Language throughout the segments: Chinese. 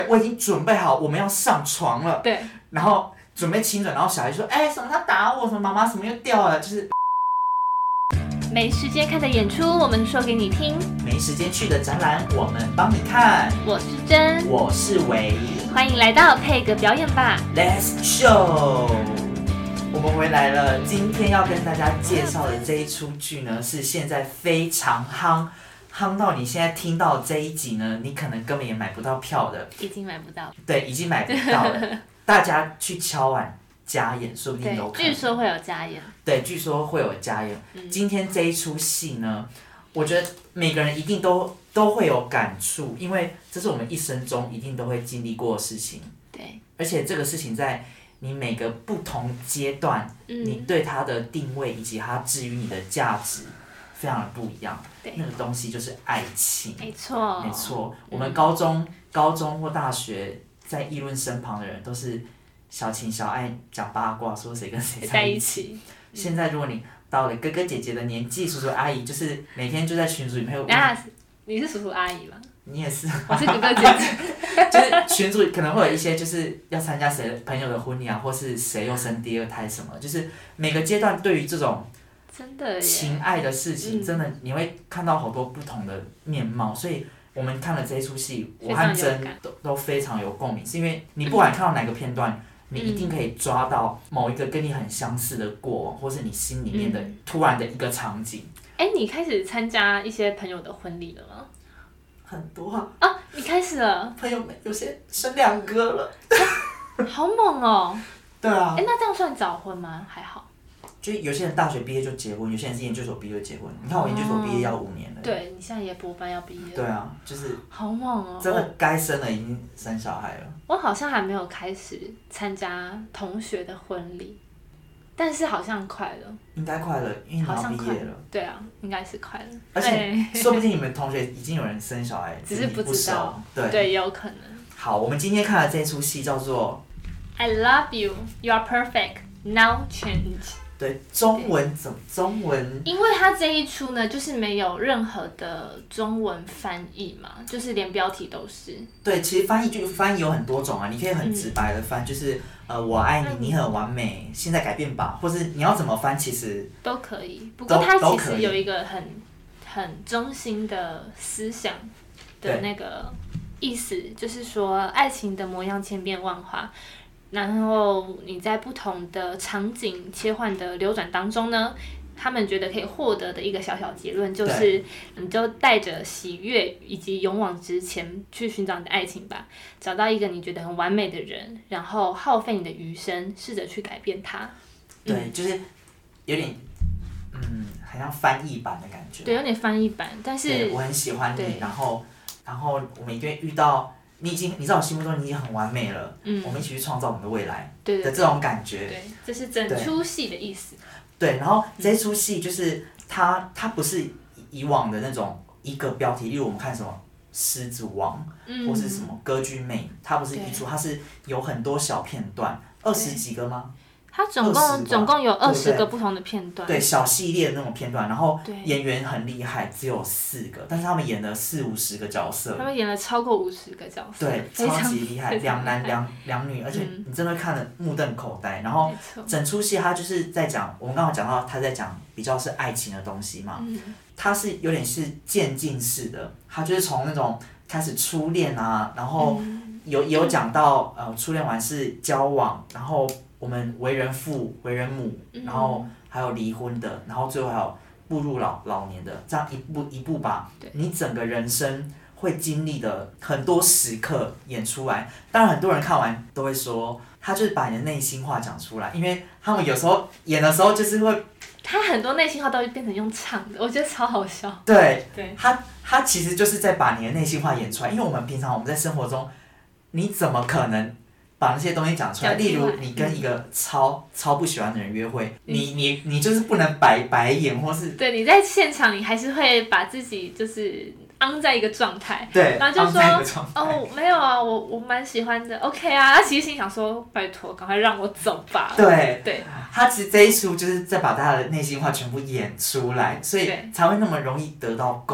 我已经准备好我们要上床了， 对， 然后准备亲嘴，然后小孩说，什么他打我，什么妈妈什么又掉了，就是没时间看的演出，我们说给你听； 没时间去的展览，我们帮你看。 我是真， 我是维， 欢迎来到配个表演吧 ，Let's show。我们回来了，今天要跟大家介绍的这一出剧呢，是现在非常夯到你现在听到这一集呢，你可能根本也买不到票的， 已经买不到， 对，已经买不到了。大家去敲碗加演，说不定有可能。 据说会有加演。 对，据说会有加演。今天这一出戏呢，我觉得每个人一定都会有感触，因为这是我们一生中一定都会经历过的事情。 对， 而且这个事情在你每个不同阶段，你对它的定位以及它至于你的价值，非常的不一样。那个东西就是爱情。 没错， 没错。我们高中或大学在议论身旁的人都是小情小爱讲八卦，说谁跟谁在一起。现在如果你到了哥哥姐姐的年纪，叔叔阿姨就是每天就在群组里面。 你是叔叔阿姨吗？ 你也是。 我是哥哥姐姐。 就是群组可能会有一些就是要参加谁朋友的婚礼啊，或是谁又生第二胎什么，就是每个阶段对于这种真的情爱的事情，真的你会看到好多不同的面貌，所以我们看了这一出戏，我和真都非常有共鸣，是因为你不管看到哪个片段，你一定可以抓到某一个跟你很相似的过往，或是你心里面的突然的一个场景。 你开始参加一些朋友的婚礼了吗？ 很多啊！ 你开始了？ 朋友们有些生2个了， 好猛哦！ 对啊。 那这样算早婚吗？还好。 就有些人大学毕业就结婚，有些人是研究所毕业就结婚。你看我研究所毕业要5年了。 对，你现在也博班要毕业了。 对啊，就是好猛哦！ 真的该生了，已经生小孩了。 我好像还没有开始参加同学的婚礼，但是好像快了。应该快了，因为你要毕业了。 对啊，应该是快了。 而且说不定你们同学已经有人生小孩， 只是不知道。 对， 也有可能。 好，我们今天看的这出戏叫做 《I Love You, You Are Perfect, Now Change》。 对，中文怎么中文？ 因为它这一出呢，就是没有任何的中文翻译嘛，就是连标题都是。 对，其实翻译有很多种啊，你可以很直白的翻，就是我爱你，你很完美，现在改变吧，或是你要怎么翻，其实都可以。不过它其实有一个很中心的思想的那个意思，就是说爱情的模样千变万化。然后你在不同的场景切换的流转当中呢，他们觉得可以获得的一个小小结论就是，你就带着喜悦以及勇往直前去寻找你的爱情吧，找到一个你觉得很完美的人，然后耗费你的余生，试着去改变他。 对，就是有点，好像翻译版的感觉。 对，有点翻译版，但是我很喜欢你，然后我们一定会遇到。你在我心目中你已经很完美了，我们一起去创造我们的未来的这种感觉。 对，这是整出戏的意思。 对，然后这出戏就是它不是以往的那种一个标题，例如我们看什么《狮子王》或是什么《歌剧魅影》，它不是一出，它是有很多小片段，20几个吗？ 它总共有20个不同的片段， 对，小系列的那种片段，然后演员很厉害，只有4个，但是他们演了40-50个角色， 他们演了超过50个角色， 对，超级厉害，2男2女，而且你真的看得目瞪口呆。然后整出戏他就是在讲，我们刚刚讲到他在讲比较是爱情的东西嘛，他是有点是渐进式的，他就是从那种开始初恋啊，然后有讲到初恋完是交往，然后我们为人父为人母，然后还有离婚的，然后最后还有步入老年的，这样一步把你整个人生会经历的很多时刻演出来。当然很多人看完都会说，他就是把你的内心话讲出来，因为他们有时候演的时候就是会， 他很多内心话都会变成用唱的，我觉得超好笑。 对，他其实就是在把你的内心话演出来，因为我们平常我们在生活中，你怎么可能把那些东西讲出来？例如你跟一个超不喜欢的人约会，你就是不能白眼，或是对，你在现场你还是会把自己就是昂在一个状态， 对， 然后就说没有啊，我蛮喜欢的 ，OK 啊。他其实心想说拜托，赶快让我走吧。 对，他其实这一出就是在把他的内心话全部演出来，所以才会那么容易得到共鸣。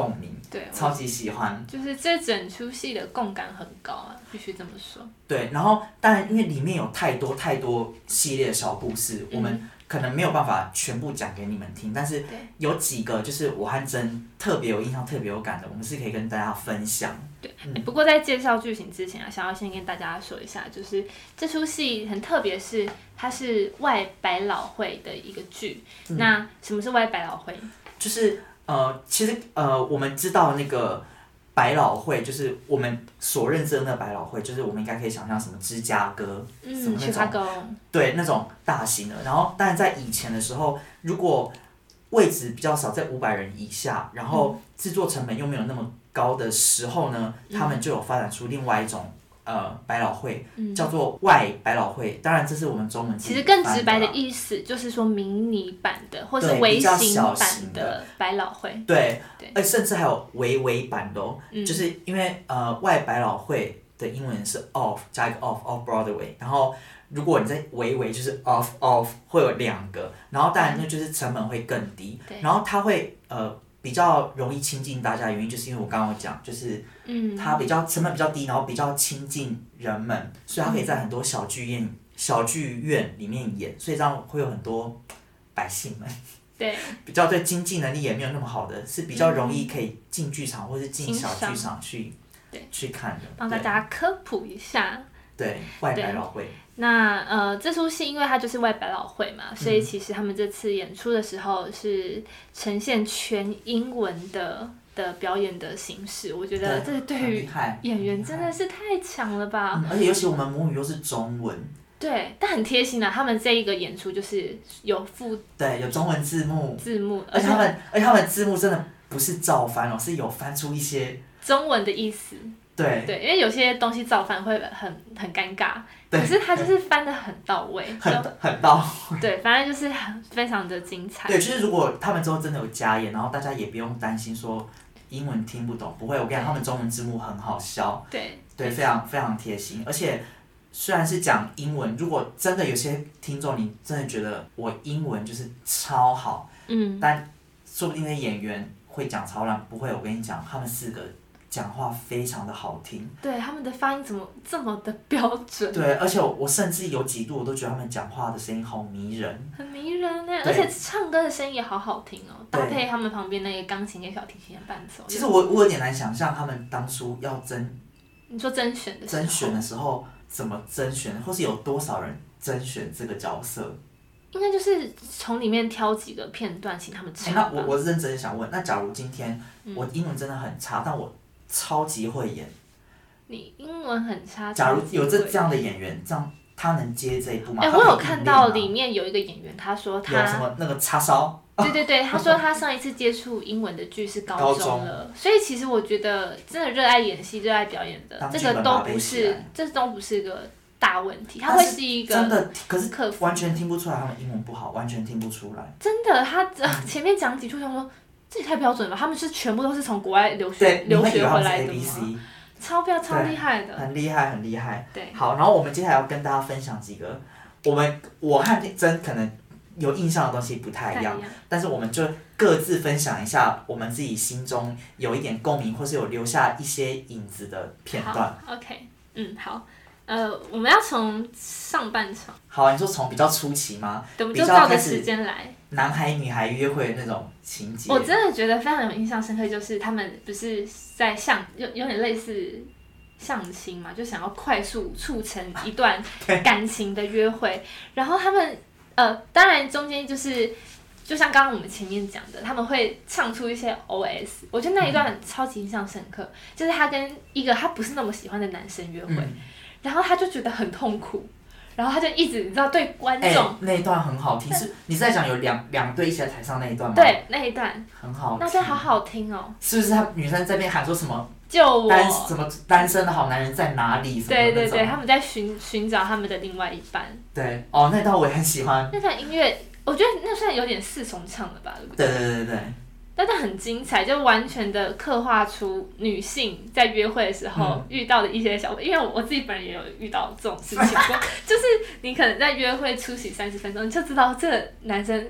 对， 超级喜欢。 就是这整出戏的共感很高啊，必须这么说。 对，然后当然因为里面有太多系列的小故事，我们可能没有办法全部讲给你们听，但是有几个就是我和珍特别有印象、特别有感的，我们是可以跟大家分享。 对，不过在介绍剧情之前啊，想要先跟大家说一下，就是这出戏很特别，是它是外百老汇的一个剧。那什么是外百老汇？ 就是其实我们知道那个百老汇，就是我们所认知的那个百老汇，就是我们应该可以想象什么芝加哥，什么那种，对，那种大型的。然后，当然在以前的时候，如果位置比较少，在500人以下，然后制作成本又没有那么高的时候呢，他们就有发展出另外一种百老汇，叫做外百老汇。当然，这是我们中文其实更直白的意思就是说迷你版的，或是微型版的百老汇。 对，甚至还有微版的哦，就是因为外百老汇的英文是 off 加一个 off Broadway， 然后如果你在微就是 off 会有2个，然后当然那就是成本会更低，然后它会比较容易亲近大家的原因，就是因为我刚刚有讲，就是它比较成本比较低，然后比较亲近人们，所以它可以在很多小剧院里面演，所以这样会有很多百姓们， 对， 比较对经济能力也没有那么好的，是比较容易可以进剧场或是进小剧场去看的。 帮大家科普一下。 对，外百老汇。 那这出戏因为它就是外百老汇嘛，所以其实他们这次演出的时候是呈现全英文的表演的形式，我觉得这对于演员真的是太强了吧！ 而且尤其我们母语又是中文。 对，但很贴心啊，他们这一个演出就是有有中文字幕， 而且他们字幕真的不是照翻哦，是有翻出一些中文的意思。对，因为有些东西照翻会很尴尬，可是他就是翻得很到位， 很到位。 对，反正就是非常的精彩。 对，就是如果他们之后真的有加演，然后大家也不用担心说英文听不懂，不会，我跟你讲，他们中文字幕很好笑。对，非常非常贴心，而且虽然是讲英文，如果真的有些听众你真的觉得我英文就是超好，但说不定那演员会讲超烂，不会，我跟你讲，他们4个讲话非常的好听， 对，他们的发音怎么这么的标准？ 对，而且我甚至有几度我都觉得他们讲话的声音好迷人， 很迷人哎，而且唱歌的声音也好好听哦，搭配他们旁边那个钢琴跟小提琴的伴奏。 其实我有点难想象他们当初要你说甄选的时候怎么甄选，或是有多少人甄选这个角色？ 应该就是从里面挑几个片段请他们唱吧。 那我认真想问，那假如今天我英文真的很差，但我超级会演。 你英文很差。 假如有这样的演员，这样他能接这一部吗？ 我有看到里面有一个演员，他说他有什么那个叉烧。 对，他说他上一次接触英文的剧是高中了，所以其实我觉得真的热爱演戏、热爱表演的，这都不是个大问题，他会是一个真的，可是完全听不出来他们英文不好，完全听不出来。 真的，他前面讲几句，想说这也太标准了吧？他们是全部都是从国外留学回来的吗？超厉害的， 很厉害，很厉害。 对， 好，然后我们接下来要跟大家分享几个我和真可能有印象的东西不太一样，但是我们就各自分享一下我们自己心中有一点共鸣，或是有留下一些影子的片段。 好 OK， 好。我们要从上半场。 好啊，你说从比较初期吗？ 对，我们就照着时间来。 男孩女孩约会的那种情节。 我真的觉得非常有印象深刻，就是他们不是在有点类似相亲嘛，就想要快速促成一段感情的约会，然后他们当然中间就像刚刚我们前面讲的，他们会唱出一些 OS， 我觉得那一段超级印象深刻，就是他跟一个他不是那么喜欢的男生约会。然后他就觉得很痛苦，然后他就一直你知道对观众， 那一段很好听，是你是在讲有两对一起在台上那一段吗？ 对，那一段很好听， 那段好好听哦。 是不是他女生这边喊说什么救我？ 什么单身的好男人在哪里？什么对，他们在寻找他们的另外一半。 对，那段我也很喜欢。 那段音乐，我觉得那算有点4重唱了吧，对不对？ 对。 但是很精彩，就完全的刻画出女性在约会的时候遇到的一些小，因为我自己本人也有遇到这种事情过，就是你可能在约会初期30分钟，你就知道这个男生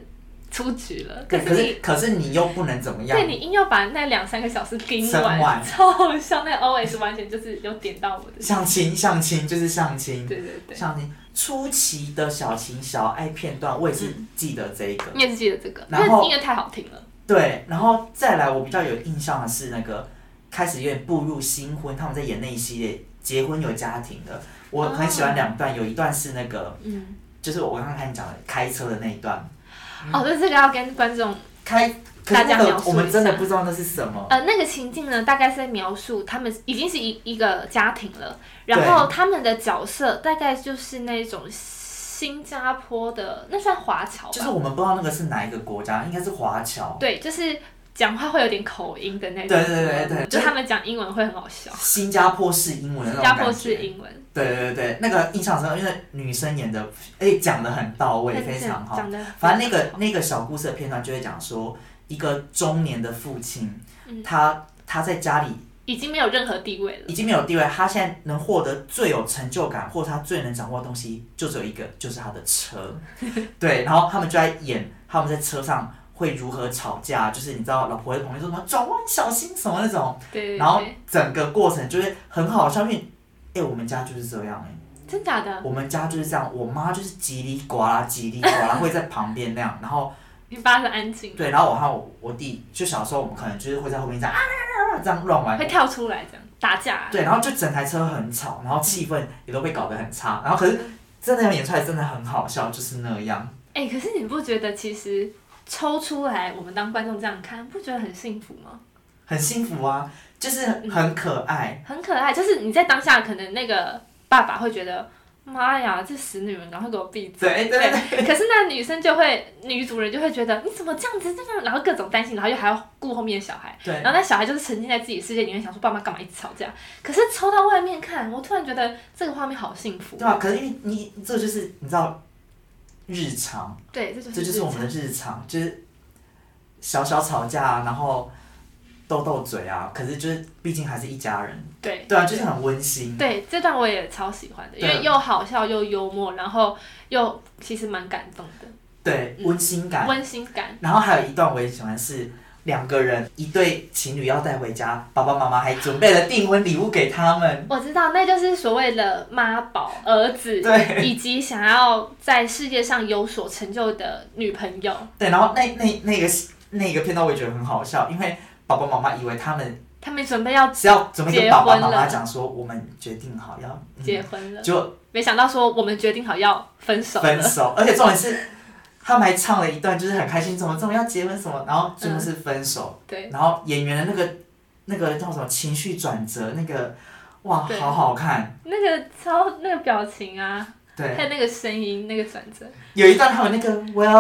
出局了。 可是你又不能怎么样？ 对，你硬要把那2-3个小时盯完，超好笑。那个 OS 完全就是有点到我的。 相亲就是相亲。 对对对。 相亲初期的小情小爱片段，我也是记得这一个。 你也是记得这个， 然后音乐太好听了。 对，然后再来我比较有印象的是那个开始有点步入新婚，他们在演那一系列结婚有家庭的，我很喜欢2段，有一段是那个，就是我刚刚跟你讲的开车的那一段。 对，这个要跟观众大家描述一下。 我们真的不知道那是什么。 那个情境呢，大概是在描述他们已经是一个家庭了，然后他们的角色大概就是那种新加坡的，那算华侨吧。 就是我们不知道那个是哪一个国家，应该是华侨。 对，就是讲话会有点口音的那种。 对， 就他们讲英文会很好笑。 新加坡式英文的那种感觉。 新加坡式英文。 对，那个印象深刻，因为女生演的，讲得很到位，非常好。反正那个小故事的片段就会讲说，一个中年的父亲，他在家里已经没有任何地位了， 已经没有地位，他现在能获得最有成就感，或他最能掌握的东西，就只有一个，就是他的车。对，然后他们就在演他们在车上会如何吵架，就是你知道，老婆会旁边说什么转弯小心什么那种， 对， 然后整个过程就会很好笑，因为我们家就是这样真假的？ 我们家就是这样，我妈就是叽里呱啦会在旁边那样，然后你爸是安静。 对，然后我和我弟就小时候我们可能就是会在后面这样这样乱玩， 会跳出来这样打架。 对，然后就整台车很吵，然后气氛也都被搞得很差，然后可是真的要演出来真的很好笑，就是那样。 可是你不觉得其实抽出来我们当观众这样看，不觉得很幸福吗？ 很幸福啊，就是很可爱， 很可爱。就是你在当下可能那个爸爸会觉得，妈呀，这死女人，赶快给我闭嘴！ 对。 可是那女主人就会觉得你怎么这样子，然后各种担心，然后又还要顾后面的小孩。 对。 然后那小孩就是沉浸在自己世界里面，想说爸妈干嘛一直吵架？可是抽到外面看，我突然觉得这个画面好幸福。 对啊，可是因为这就是你知道日常。 对， 这就是我们的日常，就是小吵架，然后斗嘴啊，可是就是毕竟还是一家人。对啊，就是很温馨。 对，这段我也超喜欢的，因为又好笑又幽默，然后又其实蛮感动的。 对，温馨感。 然后还有一段我也喜欢是2个人一对情侣要带回家，爸爸妈妈还准备了订婚礼物给他们。 我知道，那就是所谓的妈宝儿子， 对， 以及想要在世界上有所成就的女朋友。 对，然后那个片段我也觉得很好笑，因为爸爸妈妈以为他们准备跟爸爸妈妈讲说，我们决定好要结婚了， 就没想到说我们决定好要分手， 而且重点是他们还唱了一段，就是很开心，怎么要结婚什么，然后真的是分手。 对， 然后演员的那个叫什么情绪转折，那个哇，好好看。 那个表情啊，对，还有那个声音，那个转折。 有一段他有那个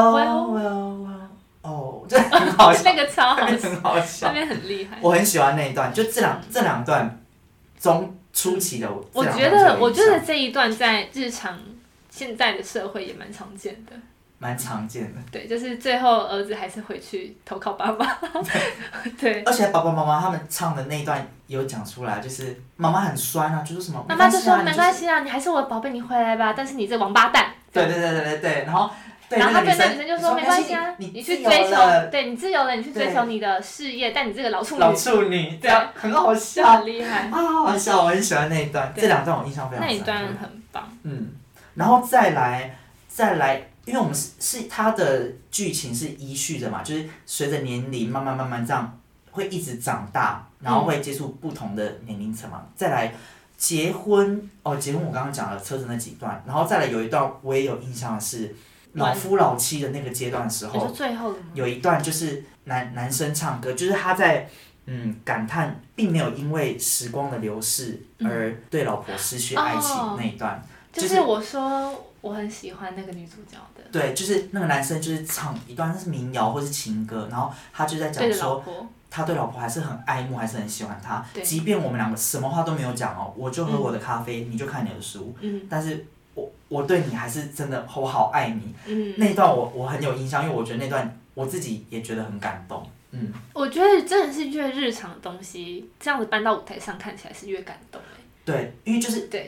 well， 就很好笑。 那个超好笑， 很好笑， 那边很厉害。 我很喜欢那一段，就这两段初期的。 我觉得这一段在日常现在的社会也蛮常见的。 蛮常见的。 对，就是最后儿子还是回去投靠爸爸。对。 而且爸爸妈妈他们唱的那一段有讲出来，就是妈妈很酸啊，就是什么。 妈妈就说没关系啊，你还是我的宝贝，你回来吧。但是你这王八蛋。 对，然后。 然后那个女生就说没关系啊，你去追求，对你自由了，你去追求你的事业，但你这个老处女， 对啊，很好笑， 很厉害， 好好笑，我很喜欢那一段，这2段我印象非常深刻。 那一段很棒。 然后再来，因为我们是它的剧情是依序的嘛，就是随着年龄慢慢这样会一直长大，然后会接触不同的年龄层嘛。再来结婚我刚刚讲了车子那几段，然后再来有一段我也有印象的是。老夫老妻的那个阶段的时候，有一段就是男生唱歌，就是他在感叹，并没有因为时光的流逝而对老婆失去爱情那一段。 就是我说我很喜欢那个女主角的。 对，就是那个男生就是唱一段是民谣或是情歌，然后他就在讲说，他对老婆还是很爱慕，还是很喜欢她，即便我们2个什么话都没有讲我就喝我的咖啡，你就看你的书，但是。我对你还是真的，我好爱你。那一段我很有印象，因为我觉得那段我自己也觉得很感动。 我觉得真的是越日常的东西，这样子搬到舞台上看起来是越感动。 对，因为就是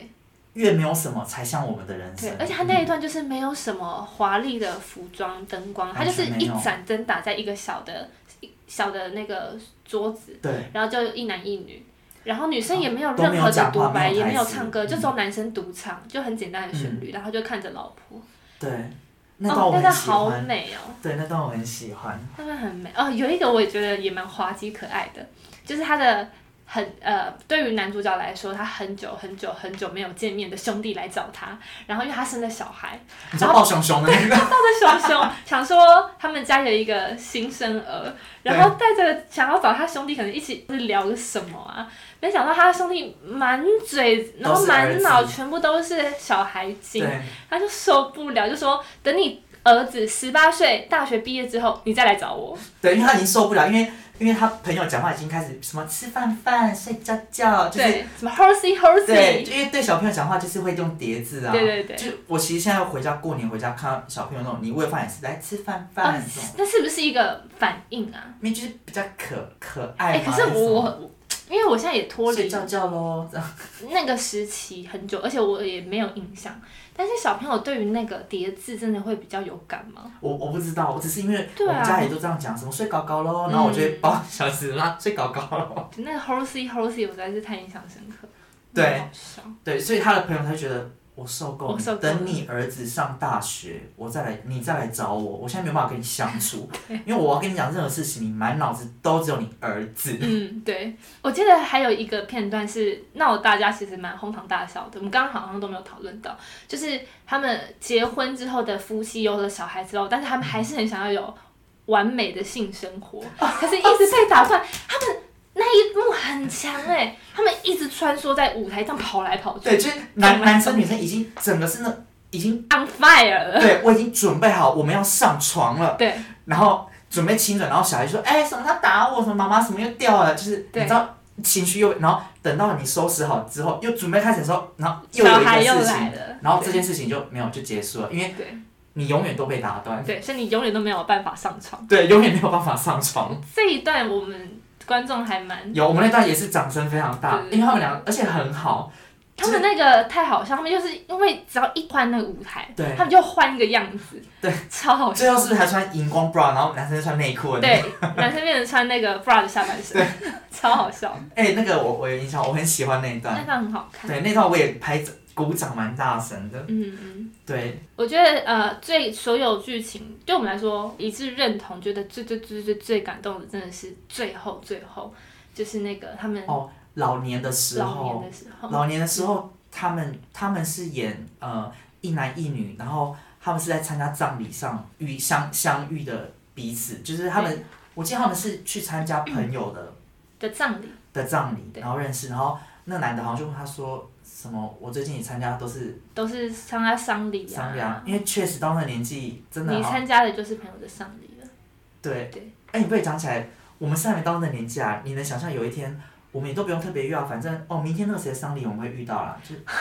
越没有什么才像我们的人生。 对，而且他那一段就是没有什么华丽的服装灯光，他就是一盏灯打在一个小的那个桌子， 对， 然后就一男一女。然后女生也没有任何的独白，也没有唱歌，就只有男生独唱，就很简单的旋律，然后就看着老婆。 对，那段我很喜欢。 那段好美哦。 对，那段我很喜欢。 那段很美哦，有一个我也觉得也蛮滑稽可爱的，就是他的对于男主角来说，他很久没有见面的兄弟来找他，然后因为他生了小孩， 你知道抱熊熊的那个， 抱着熊熊，想说他们家有一个新生儿，然后带着想要找他兄弟可能一起聊个什么啊。没想到他的兄弟满嘴，然后满脑全部都是小孩精，他就受不了，就说等你儿子18岁，大学毕业之后，你再来找我。 对，因为他已经受不了，因为他朋友讲话已经开始什么吃饭、睡觉，就是什么 horsey。 对，因为对小朋友讲话就是会用叠字啊。 对。 就我其实现在回家过年回家看到小朋友那种，你喂饭也是来吃饭。 那是不是一个反应啊？ 因为就是比较可爱嘛。 可是因为我现在也脱离睡觉咯， 那个时期很久，而且我也没有印象。但是小朋友对于那个叠字真的会比较有感吗？ 我不知道，我只是因为我们家也都这样讲，什么睡高高咯，然后我就会抱小孩子嘛睡高高咯。 那个 horsey 我实在是太印象深刻。 对，所以他的朋友才觉得我受够了，等你儿子上大学，你再来找我，我现在没有办法跟你相处，因为我要跟你讲任何事情，你满脑子都只有你儿子。 对，我记得还有一个片段是闹得大家其实蛮哄堂大笑的，我们刚刚好像都没有讨论到，就是他们结婚之后的夫妻有了小孩之后，但是他们还是很想要有完美的性生活，可是一直被打断，他们那一幕很强他们一直穿梭在舞台上跑来跑去。 对，就是男生女生已经整个是已经 on fire 了。 对，我已经准备好我们要上床了。 对。 然后准备亲嘴，然后小孩就说：“什么他打我，什么妈妈什么又掉了。”就是你知道情绪又，然后等到你收拾好之后，又准备开始的时候，然后又有一个事情，然后这件事情就没有就结束了，因为你永远都被打断。 对，所以你永远都没有办法上床。 对，永远没有办法上床。 这一段我们观众还蛮有，我们那段也是掌声非常大，因为他们两个而且很好。 他们那个太好笑，他们就是因为只要一换那个舞台， 对， 他们就换一个样子， 对， 超好笑。 最后是不是还穿荧光 bra， 然后男生穿内裤的？ 对，男生变成穿那个 bra 的下半身，对，超好笑。 那个我有印象，我很喜欢那一段， 那段很好看。 对，那段我也鼓掌蛮大声的。对。 我觉得所有剧情对我们来说一致认同，觉得最感动的真的是最后就是那个他们老年的时候，他们是演一男一女，然后他们是在参加葬礼上相遇的彼此，就是他们，我记得他们是去参加朋友的葬礼， 然后认识，然后那男的好像就问他说什么，我最近也参加都是参加丧礼啊， 因为确实到那个年纪真的， 你参加的就是朋友的丧礼了。 对，你不会讲起来，我们还没到那个年纪啊，你能想象有一天？我们也都不用特别约啊，反正明天那个谁的丧礼我们会遇到啦，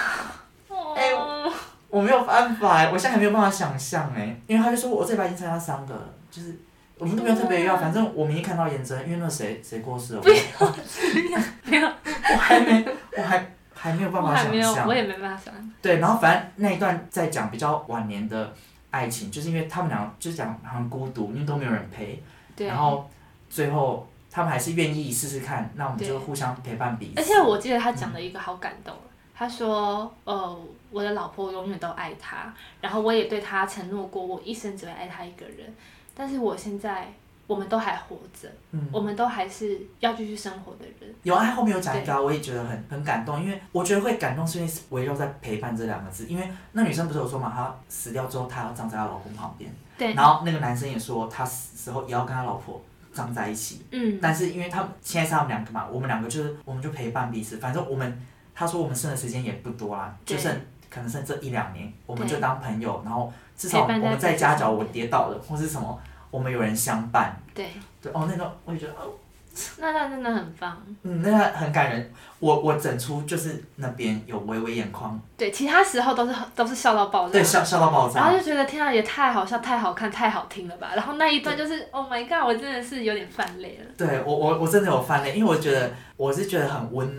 我没有办法我现在还没有办法想象因为他就说我这礼拜已经参加3个了，就是我们都不用特别约啊，反正我明天看到颜真，因为那谁过世了， 不要， 我还没有办法想象， 我也没办法想象。 对，然后反正那一段在讲比较晚年的爱情，就是因为他们俩就是讲很孤独，因为都没有人陪，然后最后。他们还是愿意试试看，那我们就互相陪伴彼此。 而且我记得他讲的一个好感动，他说：“我的老婆永远都爱他，然后我也对他承诺过，我一生只会爱他一个人。但是我们都还活着，我们都还是要继续生活的人。” 有他后面有讲一个，我也觉得很感动，因为我觉得会感动是因为围绕在陪伴这2个字，因为那女生不是有说嘛，她死掉之后她要葬在她老公旁边， 对， 然后那个男生也说他死时候也要跟他老婆。葬在一起，但是因为他们现在是他们2个嘛，我们2个我们就陪伴彼此，反正他说我们剩的时间也不多啦，就可能剩这1-2年，我们就当朋友，然后至少我们在家脚我跌倒了或是什么，我们有人相伴， 对， 那个我也觉得那段真的很棒， 那段很感人，我整出就是那边有微微眼眶， 对，其他时候都是笑到爆炸， 对，笑到爆炸， 然后就觉得天啊，也太好笑、太好看、太好听了吧，然后那一段就是 Oh my God， 我真的是有点泛泪了， 对我真的有泛泪，因为我是觉得很温暖，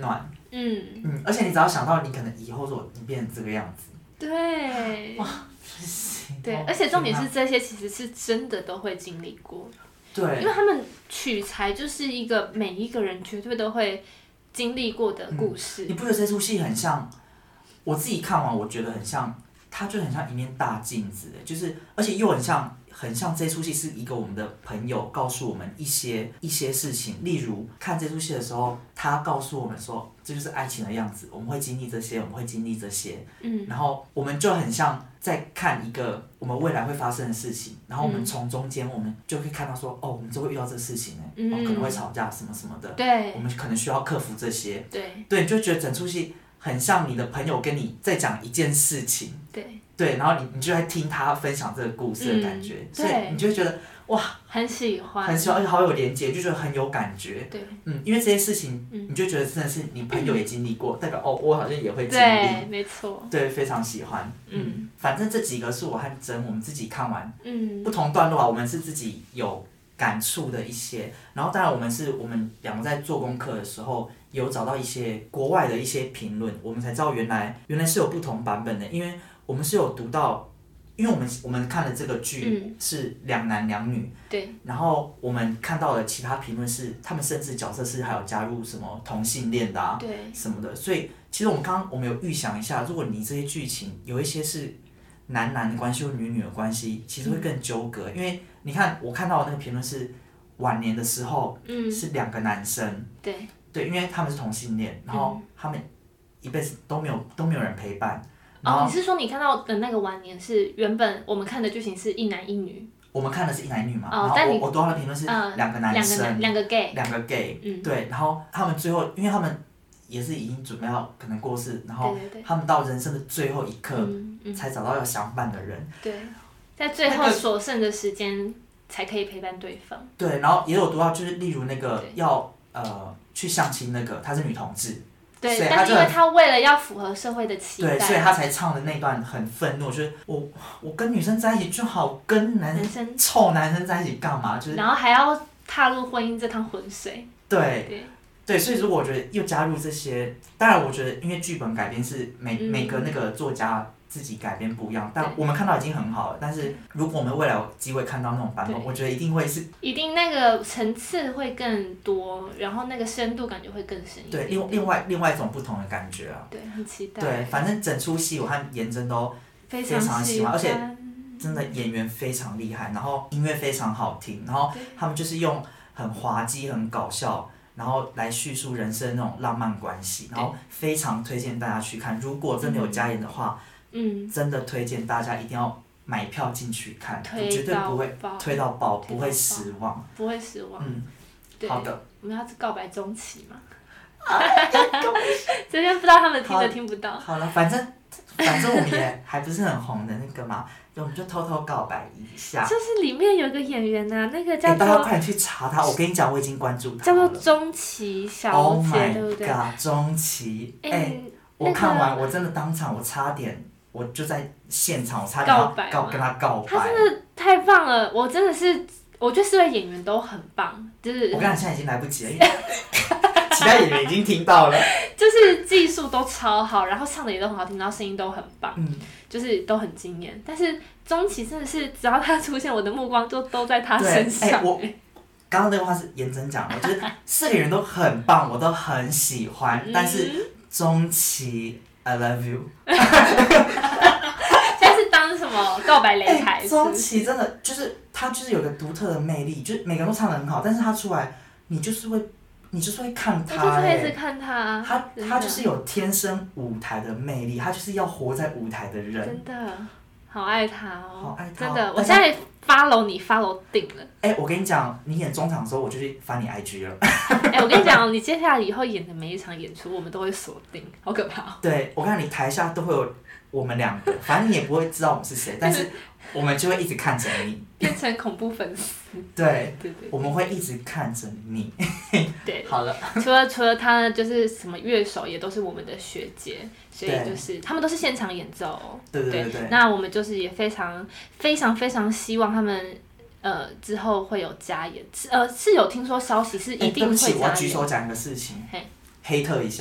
而且你只要想到你可能以后如果你变成这个样子， 对，哇，对，而且重点是这些其实是真的都会经历过， 对， 因为他们取材就是一个每一个人绝对都会经历过的故事。 你不觉得这出戏很像？我自己看完，我觉得很像，它就很像一面大镜子，就是而且又很像这出戏是一个我们的朋友告诉我们一些事情，例如看这出戏的时候，他告诉我们说，这就是爱情的样子，我们会经历这些，我们会经历这些，然后我们就很像在看一个我们未来会发生的事情，然后我们从中间我们就可以看到说，我们就会遇到这个事情可能会吵架什么什么的， 对， 我们可能需要克服这些， 对， 你就觉得整出戏很像你的朋友跟你在讲一件事情，对，然后你就在听他分享这个故事的感觉，所以你就会觉得哇， 很喜欢， 而且好有连结，就觉得很有感觉。 对， 因为这些事情，你就觉得真的是你朋友也经历过，代表我好像也会经历。 对，没错。 对，非常喜欢。反正这几个是我和真我们自己看完，不同段落我们是自己有感触的一些，然后当然我们两个在做功课的时候。有找到一些国外的一些评论，我们才知道原来是有不同版本的，因为我们是有读到，因为我们看的这个剧是2男2女， 对， 然后我们看到的其他评论是，他们甚至角色是还有加入什么同性恋的对， 什么的，所以其实我们有预想一下，如果你这些剧情有一些是男的关系或女的关系，其实会更纠葛，因为你看我看到的那个评论是晚年的时候，是2个男生，对，因为他们是同性恋，然后他们一辈子都没有人陪伴。 你是说你看到的那个晚年是原本我们看的剧情是1男1女？ 我们看的是1男1女嘛，然后我读到的评论是2个男生 ，2个 gay， 对，然后他们最后，因为他们也是已经准备要可能过世，然后他们到人生的最后一刻才找到要相伴的人， 对，在最后所剩的时间才可以陪伴对方。 对，然后也有读到就是例如那个要去相亲那个，她是女同志， 对，但是因为她为了要符合社会的期待， 对，所以她才唱的那段很愤怒，就是我跟女生在一起就好，跟臭男生在一起干嘛？就是然后还要踏入婚姻这趟浑水。 对，所以如果我觉得又加入这些，当然我觉得因为剧本改编是每个那个作家自己改编不一样，但我们看到已经很好了。但是如果我们未来有机会看到那种版本，我觉得一定会是那个层次会更多，然后那个深度感觉会更深一点。 对，另外一种不同的感觉啊。 对，很期待。 对，反正整出戏我和颜真都非常喜欢，而且真的演员非常厉害，然后音乐非常好听，然后他们就是用很滑稽、很搞笑。然后来叙述人生那种浪漫关系，然后非常推荐大家去看。如果真的有加演的话，真的推荐大家一定要买票进去看，绝对不会推到爆，不会失望。 不会失望。 好的。 我们要告白中期嘛？这边不知道他们听得听不到。 好了，反正我们也还不是很红的那个嘛。我们就偷偷告白一下。 就是里面有一个演员那个叫做， 大家快点去查他！我跟你讲，我已经关注他了。 叫做钟琪小姐，对不对 ？Oh my god， 钟琪！我看完我真的当场，我差点，我就在现场，我差点要跟他告白。 他真的太棒了，我真的是，我觉得4位演员都很棒，就是我跟你讲，现在已经来不及了，因为其他演员已经听到了， 就是技术都超好，然后唱的也都很好听，然后声音都很棒，就是都很惊艳。但是钟琪真的是，只要他出现，我的目光就都在他身上。 我刚刚那个话是颜真讲的，就是4个人都很棒，我都很喜欢，但是钟琪 I love you。 现在是当什么告白擂台？ 钟琪真的就是他就是有个独特的魅力，就是每个人都唱得很好，但是他出来你就是会看他， 我就是一直看他， 他就是有天生舞台的魅力，他就是要活在舞台的人， 真的好爱他哦， 好爱他， 真的，我现在 follow 你 follow 定了。 我跟你讲，你演中场的时候，我就去翻你 IG 了。 我跟你讲，你接下来以后演的每一场演出，我们都会锁定，好可怕。 对，我看你台下都会有我们2个，反正你也不会知道我们是谁，但是我们就会一直看着你， 变成恐怖粉丝。 对，我们会一直看着你。 对， 好了。 除了他呢，就是什么乐手也都是我们的学姐，所以就是他们都是现场演奏哦。 对。 那我们就是也非常非常非常希望他们之后会有加演，是有听说消息是一定会加演。 对不起，我要举手讲一个事情，黑特一下。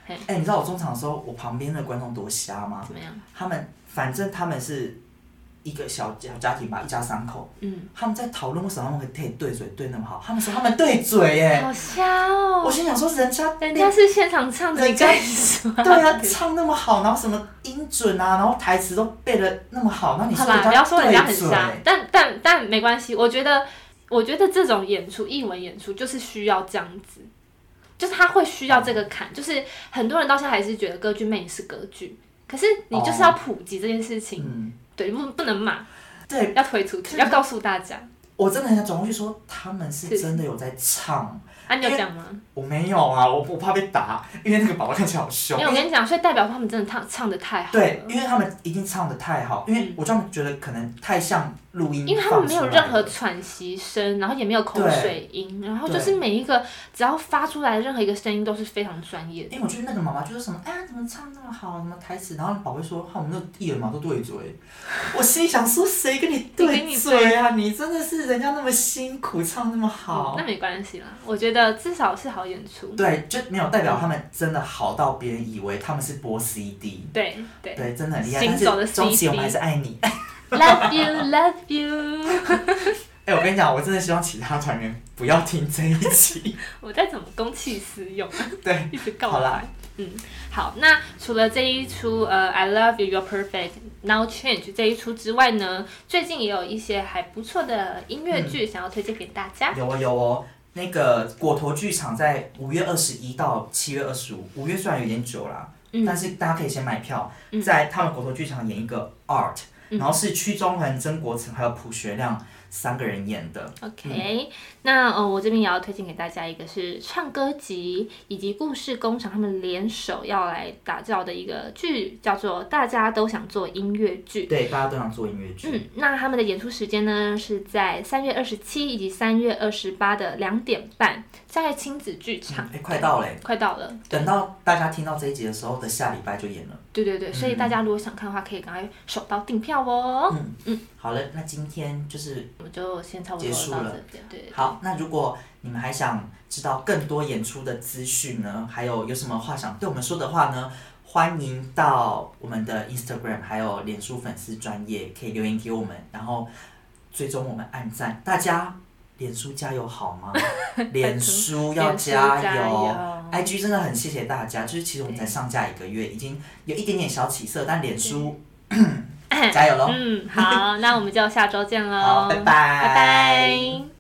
你知道我中场的时候，我旁边的观众多瞎吗？ 怎么样？ 反正他们是一个小家庭吧，一家3口。他们在讨论为什么他们可以对嘴对那么好。他们说他们对嘴耶， 好瞎哦！ 我心想说人家是现场唱的， 对啊，唱那么好，然后什么音准啊，然后台词都背得那么好，然后你说人家不要说人家很瞎，但没关系，我觉得这种演出，艺文演出就是需要这样子。就是他会需要这个坎，就是很多人到现在还是觉得歌剧魅影是歌剧，可是你就是要普及这件事情，对，不能骂， 对， 要推出去，要告诉大家。 我真的很想转过去说，他们是真的有在唱。 你有讲吗？ 我没有啊，我怕被打，因为那个宝宝看起来好凶。 因为我跟你讲，所以代表他们真的唱得太好了。 对，因为他们一定唱得太好，因为我就觉得可能太像录音， 因为他们没有任何喘息声，然后也没有口水音，然后就是每一个只要发出来的任何一个声音都是非常专业的。 因为我觉得那个妈妈就是什么，怎么唱那么好，什么台词，然后宝贝说，我们那艺人嘛都对嘴，我心里想说，谁跟你对嘴啊？你真的是人家那么辛苦唱那么好。 那没关系啦，我觉得至少是好演出。 对，就没有代表他们真的好到别人以为他们是播 CD。 对， 真的很厉害。但是钟琪，我们还是爱你。 Love you, love you 。 我跟你讲，我真的希望其他团员不要听这一集。 我在怎么公器私用？ 对， 一直告白。好，那除了这一出I Love You, You're Perfect, Now Change 这一出之外呢，最近也有一些还不错的音乐剧想要推荐给大家。 有哦。那个果陀剧场在5月21到7月25，5月虽然有点久啦，但是大家可以先买票，在他们果陀剧场演一个 Art，然后是屈中恒、曾国成还有朴学亮3个人演的。 OK，那我这边也要推荐给大家一个是唱歌集以及故事工厂他们联手要来打造的一个剧，叫做《大家都想做音乐剧》。 对，大家都想做音乐剧。 那他们的演出时间呢是在3月27以及3月28的2点半，在亲子剧场。 快到了。 快到了。 等到大家听到这一集的时候的下礼拜就演了。 对，所以大家如果想看的话，可以赶快手刀订票哦。 好了，那今天就是我就先差不多结束了。 对。 好，那如果你们还想知道更多演出的资讯呢，还有什么话想对我们说的话呢，欢迎到我们的 Instagram 还有脸书粉丝专页可以留言给我们，然后追踪我们按赞。大家脸书加油好吗？脸书要加油。IG 真的很谢谢大家，就是其实我们才上架1个月，已经有一点点小起色，但脸书加油咯。 好，那我们就下周见咯。 好，拜拜。 拜拜。